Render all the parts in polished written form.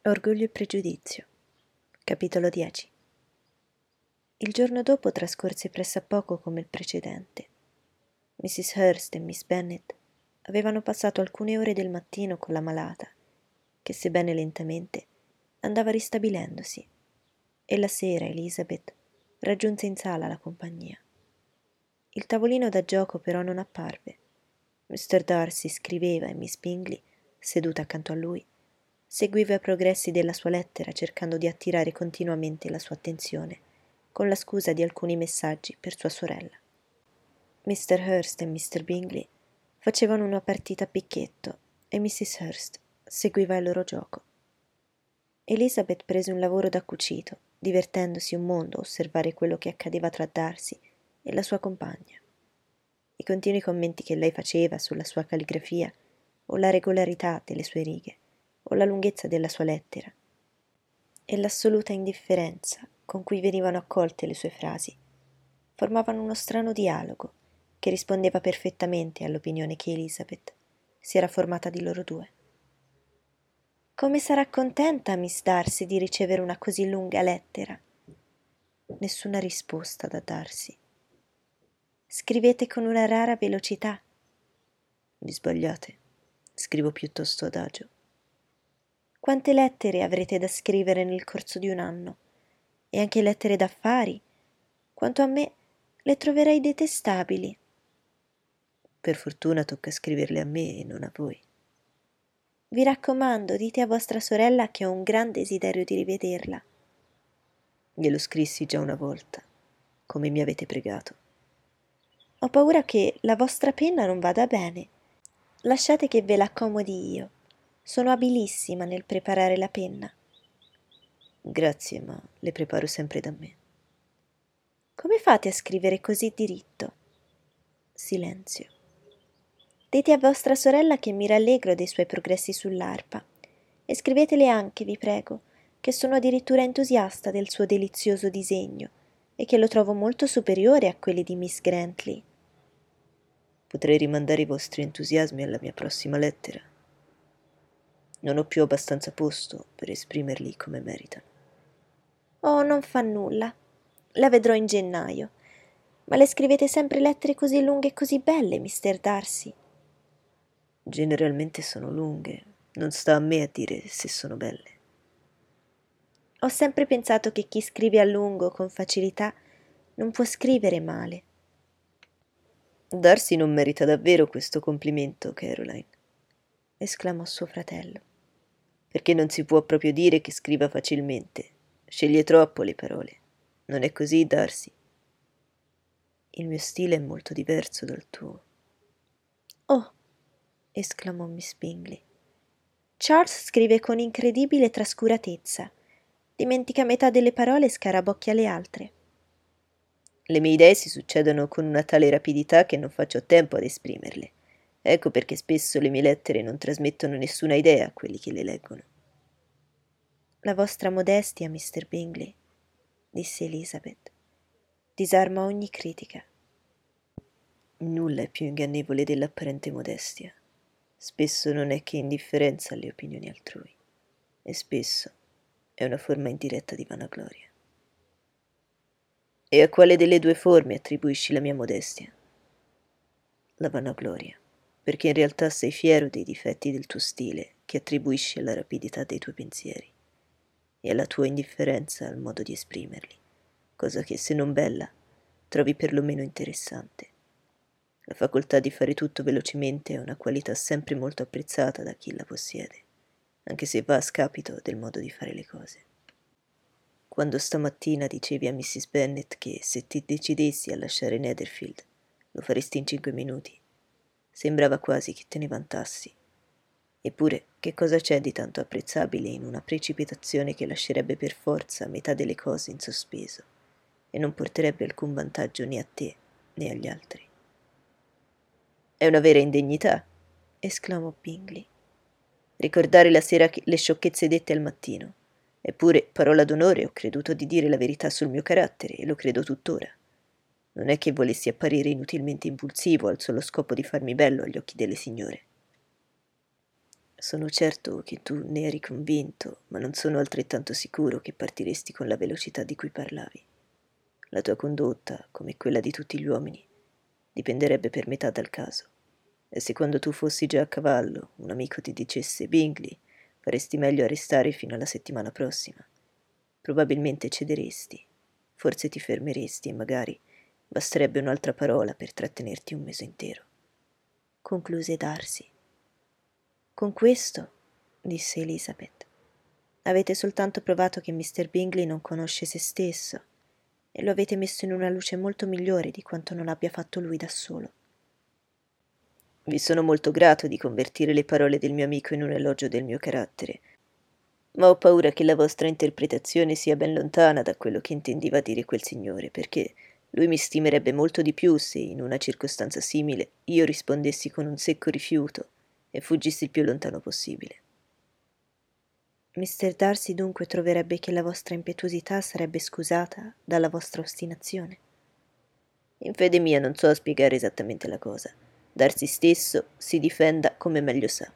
Orgoglio e pregiudizio. Capitolo 10. Il giorno dopo trascorse pressappoco come il precedente. Mrs. Hurst e Miss Bennet avevano passato alcune ore del mattino con la malata, che sebbene lentamente andava ristabilendosi, e la sera Elizabeth raggiunse in sala la compagnia. Il tavolino da gioco però non apparve. Mr. Darcy scriveva e Miss Bingley, seduta accanto a lui, seguiva i progressi della sua lettera cercando di attirare continuamente la sua attenzione con la scusa di alcuni messaggi per sua sorella. Mr. Hurst e Mr. Bingley facevano una partita a picchetto e Mrs. Hurst seguiva il loro gioco. Elizabeth prese un lavoro da cucito, divertendosi un mondo a osservare quello che accadeva tra Darcy e la sua compagna. I continui commenti che lei faceva sulla sua calligrafia o la regolarità delle sue righe o la lunghezza della sua lettera e l'assoluta indifferenza con cui venivano accolte le sue frasi formavano uno strano dialogo che rispondeva perfettamente all'opinione che Elizabeth si era formata di loro due. Come sarà contenta Miss Darcy di ricevere una così lunga lettera? Nessuna risposta da Darcy. Scrivete con una rara velocità. Vi sbagliate, scrivo piuttosto adagio. Quante lettere avrete da scrivere nel corso di un anno? E anche lettere d'affari? Quanto a me, le troverei detestabili. Per fortuna tocca scriverle a me e non a voi. Vi raccomando, dite a vostra sorella che ho un gran desiderio di rivederla. Glielo scrissi già una volta, come mi avete pregato. Ho paura che la vostra penna non vada bene. Lasciate che ve l'accomodi io. Sono abilissima nel preparare la penna. Grazie, ma le preparo sempre da me. Come fate a scrivere così diritto? Silenzio. Dite a vostra sorella che mi rallegro dei suoi progressi sull'arpa e scrivetele anche, vi prego, che sono addirittura entusiasta del suo delizioso disegno e che lo trovo molto superiore a quelli di Miss Grantley. Potrei rimandare i vostri entusiasmi alla mia prossima lettera. Non ho più abbastanza posto per esprimerli come meritano. Oh, non fa nulla. La vedrò in gennaio. Ma le scrivete sempre lettere così lunghe e così belle, Mr. Darcy? Generalmente sono lunghe. Non sta a me a dire se sono belle. Ho sempre pensato che chi scrive a lungo con facilità non può scrivere male. Darcy non merita davvero questo complimento, Caroline, esclamò suo fratello, perché non si può proprio dire che scriva facilmente. Sceglie troppo le parole. Non è così, Darcy? Il mio stile è molto diverso dal tuo. Oh, esclamò Miss Bingley. Charles scrive con incredibile trascuratezza. Dimentica metà delle parole e scarabocchia le altre. Le mie idee si succedono con una tale rapidità che non faccio tempo ad esprimerle. Ecco perché spesso le mie lettere non trasmettono nessuna idea a quelli che le leggono. La vostra modestia, Mr. Bingley, disse Elizabeth, disarma ogni critica. Nulla è più ingannevole dell'apparente modestia. Spesso non è che indifferenza alle opinioni altrui, e spesso è una forma indiretta di vanagloria. E a quale delle due forme attribuisci la mia modestia? La vanagloria, perché in realtà sei fiero dei difetti del tuo stile che attribuisci alla rapidità dei tuoi pensieri e alla tua indifferenza al modo di esprimerli, cosa che, se non bella, trovi perlomeno interessante. La facoltà di fare tutto velocemente è una qualità sempre molto apprezzata da chi la possiede, anche se va a scapito del modo di fare le cose. Quando stamattina dicevi a Mrs. Bennet che se ti decidessi a lasciare Netherfield lo faresti in 5 minuti, sembrava quasi che te ne vantassi. Eppure, che cosa c'è di tanto apprezzabile in una precipitazione che lascerebbe per forza metà delle cose in sospeso e non porterebbe alcun vantaggio né a te né agli altri? È una vera indegnità, esclamò Bingley. Ricordare la sera le sciocchezze dette al mattino. Eppure, parola d'onore, ho creduto di dire la verità sul mio carattere e lo credo tuttora. Non è che volessi apparire inutilmente impulsivo al solo scopo di farmi bello agli occhi delle signore. Sono certo che tu ne eri convinto, ma non sono altrettanto sicuro che partiresti con la velocità di cui parlavi. La tua condotta, come quella di tutti gli uomini, dipenderebbe per metà dal caso. E se quando tu fossi già a cavallo un amico ti dicesse Bingley, faresti meglio a restare fino alla settimana prossima. Probabilmente cederesti, forse ti fermeresti e magari basterebbe un'altra parola per trattenerti un mese intero. Concluse Darcy. Con questo, disse Elizabeth, avete soltanto provato che Mr. Bingley non conosce se stesso e lo avete messo in una luce molto migliore di quanto non abbia fatto lui da solo. Vi sono molto grato di convertire le parole del mio amico in un elogio del mio carattere, ma ho paura che la vostra interpretazione sia ben lontana da quello che intendeva dire quel signore, perché lui mi stimerebbe molto di più se, in una circostanza simile, io rispondessi con un secco rifiuto e fuggissi il più lontano possibile. Mr. Darcy dunque troverebbe che la vostra impetuosità sarebbe scusata dalla vostra ostinazione. In fede mia non so spiegare esattamente la cosa. Darcy stesso si difenda come meglio sa.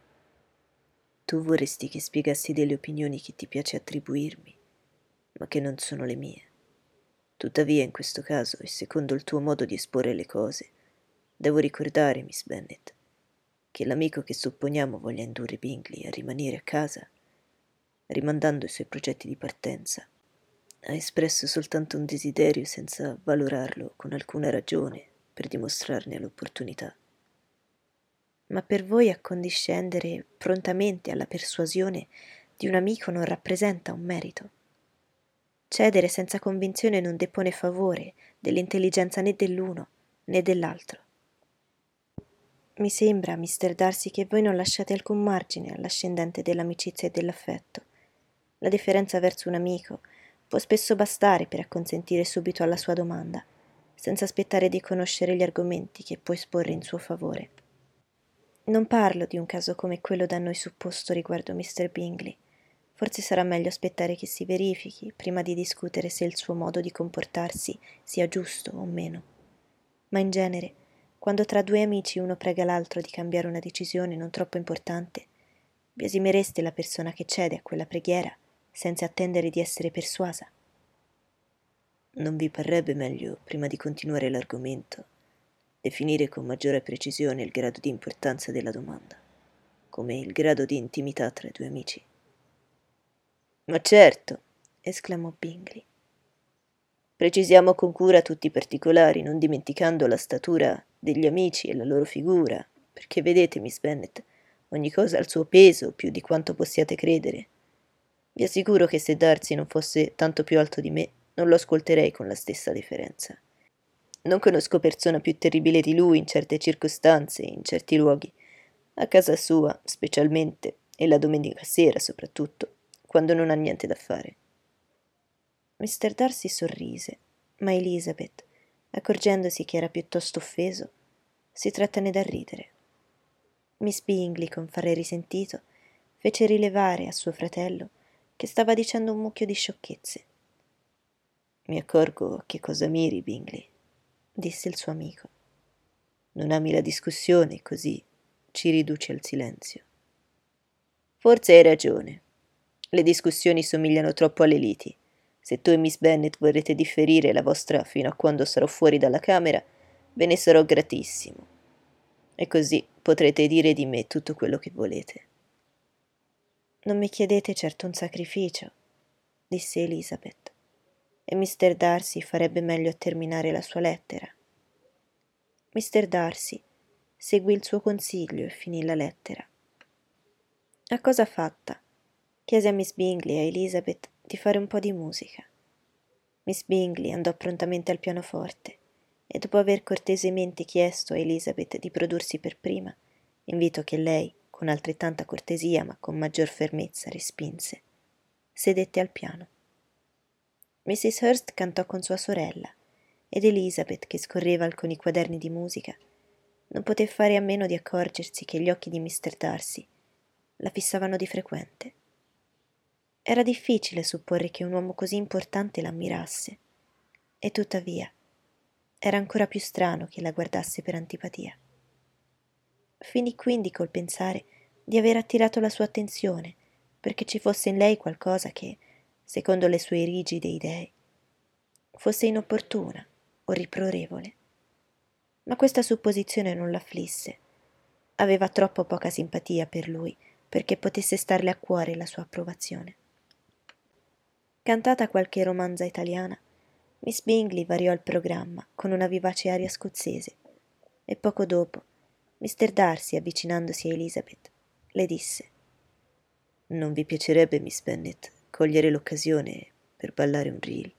Tu vorresti che spiegassi delle opinioni che ti piace attribuirmi, ma che non sono le mie. Tuttavia, in questo caso, e secondo il tuo modo di esporre le cose, devo ricordare, Miss Bennet, che l'amico che supponiamo voglia indurre Bingley a rimanere a casa, rimandando i suoi progetti di partenza, ha espresso soltanto un desiderio senza valorarlo con alcuna ragione per dimostrarne l'opportunità. Ma per voi accondiscendere prontamente alla persuasione di un amico non rappresenta un merito. Cedere senza convinzione non depone favore dell'intelligenza né dell'uno né dell'altro. Mi sembra, Mr. Darcy, che voi non lasciate alcun margine all'ascendente dell'amicizia e dell'affetto. La deferenza verso un amico può spesso bastare per acconsentire subito alla sua domanda, senza aspettare di conoscere gli argomenti che può esporre in suo favore. Non parlo di un caso come quello da noi supposto riguardo Mr. Bingley. Forse sarà meglio aspettare che si verifichi prima di discutere se il suo modo di comportarsi sia giusto o meno. Ma in genere, quando tra due amici uno prega l'altro di cambiare una decisione non troppo importante, biasimereste la persona che cede a quella preghiera senza attendere di essere persuasa. Non vi parrebbe meglio, prima di continuare l'argomento, definire con maggiore precisione il grado di importanza della domanda, come il grado di intimità tra i due amici? Ma certo, Esclamò Bingley. precisiamo con cura tutti i particolari, non dimenticando la statura degli amici e la loro figura, perché vedete, Miss Bennet, ogni cosa ha il suo peso più di quanto possiate credere. Vi assicuro che se Darcy non fosse tanto più alto di me, non lo ascolterei con la stessa deferenza. Non conosco persona più terribile di lui in certe circostanze, in certi luoghi, a casa sua specialmente, e la domenica sera soprattutto, quando non ha niente da fare. Mr. Darcy sorrise, ma Elizabeth, accorgendosi che era piuttosto offeso, si trattenne dal ridere. Miss Bingley, con fare risentito, fece rilevare a suo fratello che stava dicendo un mucchio di sciocchezze. Mi accorgo a che cosa miri, Bingley, Disse il suo amico. non ami la discussione, così ci riduci al silenzio. Forse hai ragione. Le discussioni somigliano troppo alle liti. Se tu e Miss Bennet vorrete differire la vostra fino a quando sarò fuori dalla camera, ve ne sarò gratissimo. E così potrete dire di me tutto quello che volete. Non mi chiedete certo un sacrificio, disse Elizabeth, e Mr. Darcy farebbe meglio a terminare la sua lettera. Mr. Darcy seguì il suo consiglio e finì la lettera. A cosa fatta, chiese a Miss Bingley e a Elizabeth di fare un po' di musica. Miss Bingley andò prontamente al pianoforte e dopo aver cortesemente chiesto a Elizabeth di prodursi per prima, invito che lei, con altrettanta cortesia ma con maggior fermezza, respinse, sedette al piano. Mrs. Hurst cantò con sua sorella ed Elizabeth, che scorreva alcuni quaderni di musica, non poté fare a meno di accorgersi che gli occhi di Mr. Darcy la fissavano di frequente. Era difficile supporre che un uomo così importante la ammirasse, e tuttavia era ancora più strano che la guardasse per antipatia. Finì quindi col pensare di aver attirato la sua attenzione, perché ci fosse in lei qualcosa che, secondo le sue rigide idee, fosse inopportuna o riprorevole. Ma questa supposizione non l'afflisse. Aveva troppo poca simpatia per lui perché potesse starle a cuore la sua approvazione. Cantata qualche romanza italiana, Miss Bingley variò il programma con una vivace aria scozzese e poco dopo Mr. Darcy, avvicinandosi a Elizabeth, le disse: «Non vi piacerebbe, Miss Bennet, cogliere l'occasione per ballare un reel?»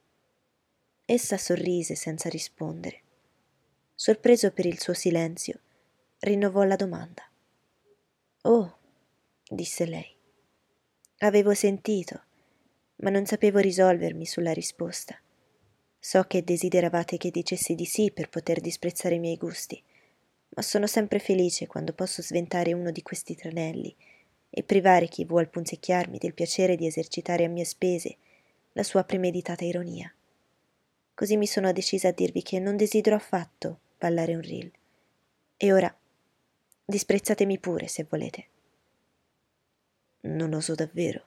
Essa sorrise senza rispondere. Sorpreso per il suo silenzio, rinnovò la domanda. «Oh», disse lei, «avevo sentito, ma non sapevo risolvermi sulla risposta. So che desideravate che dicessi di sì per poter disprezzare i miei gusti, ma sono sempre felice quando posso sventare uno di questi tranelli e privare chi vuol punzecchiarmi del piacere di esercitare a mie spese la sua premeditata ironia. Così mi sono decisa a dirvi che non desidero affatto ballare un reel. E ora, disprezzatemi pure se volete». «Non oso davvero».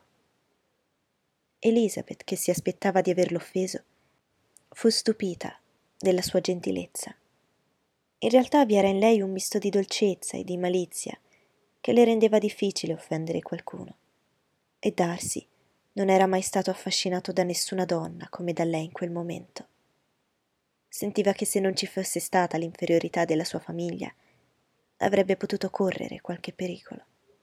Elizabeth, che si aspettava di averlo offeso, fu stupita della sua gentilezza. In realtà vi era in lei un misto di dolcezza e di malizia che le rendeva difficile offendere qualcuno. E Darcy non era mai stato affascinato da nessuna donna come da lei in quel momento. Sentiva che se non ci fosse stata l'inferiorità della sua famiglia, avrebbe potuto correre qualche pericolo.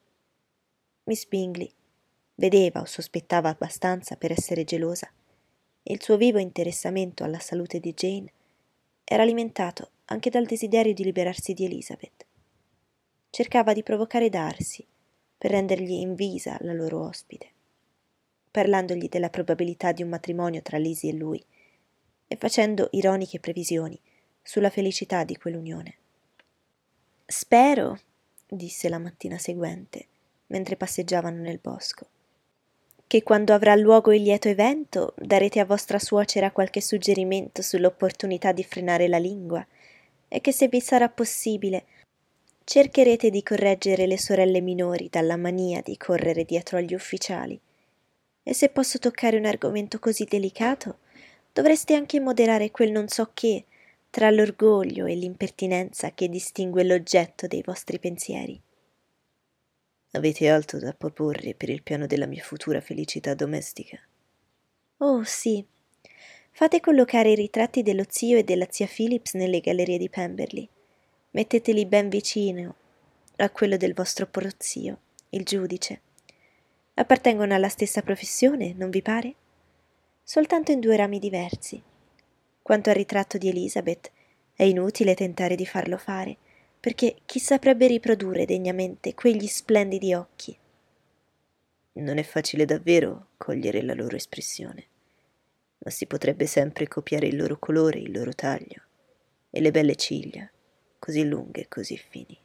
Miss Bingley vedeva o sospettava abbastanza per essere gelosa, e il suo vivo interessamento alla salute di Jane era alimentato anche dal desiderio di liberarsi di Elizabeth. Cercava di provocare Darcy per rendergli invisa la loro ospite, parlandogli della probabilità di un matrimonio tra Lizzie e lui e facendo ironiche previsioni sulla felicità di quell'unione. «Spero», disse la mattina seguente, mentre passeggiavano nel bosco, «che quando avrà luogo il lieto evento darete a vostra suocera qualche suggerimento sull'opportunità di frenare la lingua e che, se vi sarà possibile, cercherete di correggere le sorelle minori dalla mania di correre dietro agli ufficiali. E se posso toccare un argomento così delicato, dovreste anche moderare quel non so che tra l'orgoglio e l'impertinenza che distingue l'oggetto dei vostri pensieri». «Avete altro da proporre per il piano della mia futura felicità domestica?» «Oh, sì. Fate collocare i ritratti dello zio e della zia Phillips nelle gallerie di Pemberley. Metteteli ben vicino a quello del vostro prozio, il giudice. Appartengono alla stessa professione, non vi pare? Soltanto in due rami diversi. Quanto al ritratto di Elizabeth, è inutile tentare di farlo fare, perché chi saprebbe riprodurre degnamente quegli splendidi occhi?» «Non è facile davvero cogliere la loro espressione, ma si potrebbe sempre copiare il loro colore, il loro taglio e le belle ciglia, così lunghe e così fini».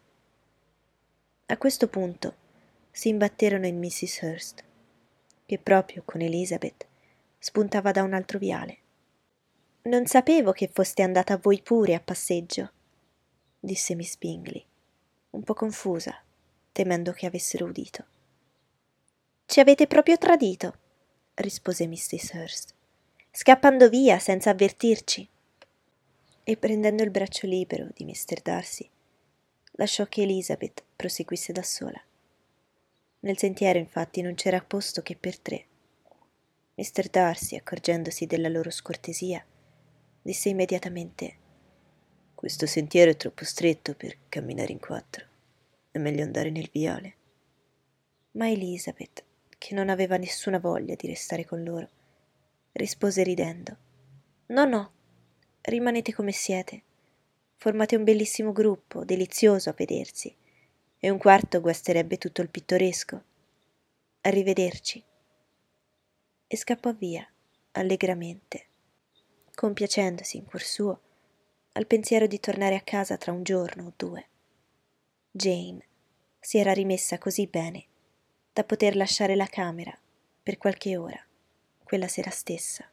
A questo punto si imbatterono in Mrs. Hurst, che proprio con Elizabeth spuntava da un altro viale. «Non sapevo che foste andata voi pure a passeggio», disse Miss Bingley, un po' confusa, temendo che avessero udito. «Ci avete proprio tradito», rispose Mrs. Hurst, «scappando via senza avvertirci». E prendendo il braccio libero di Mr. Darcy, lasciò che Elizabeth proseguisse da sola. Nel sentiero, infatti, non c'era posto che per tre. Mr. Darcy, accorgendosi della loro scortesia, disse immediatamente: «Questo sentiero è troppo stretto per camminare in quattro. È meglio andare nel viale». Ma Elizabeth, che non aveva nessuna voglia di restare con loro, rispose ridendo: «No, no, rimanete come siete. Formate un bellissimo gruppo, delizioso a vedersi, e un quarto guasterebbe tutto il pittoresco. Arrivederci». E scappò via, allegramente, compiacendosi in cuor suo al pensiero di tornare a casa tra un giorno o due. Jane si era rimessa così bene da poter lasciare la camera per qualche ora quella sera stessa.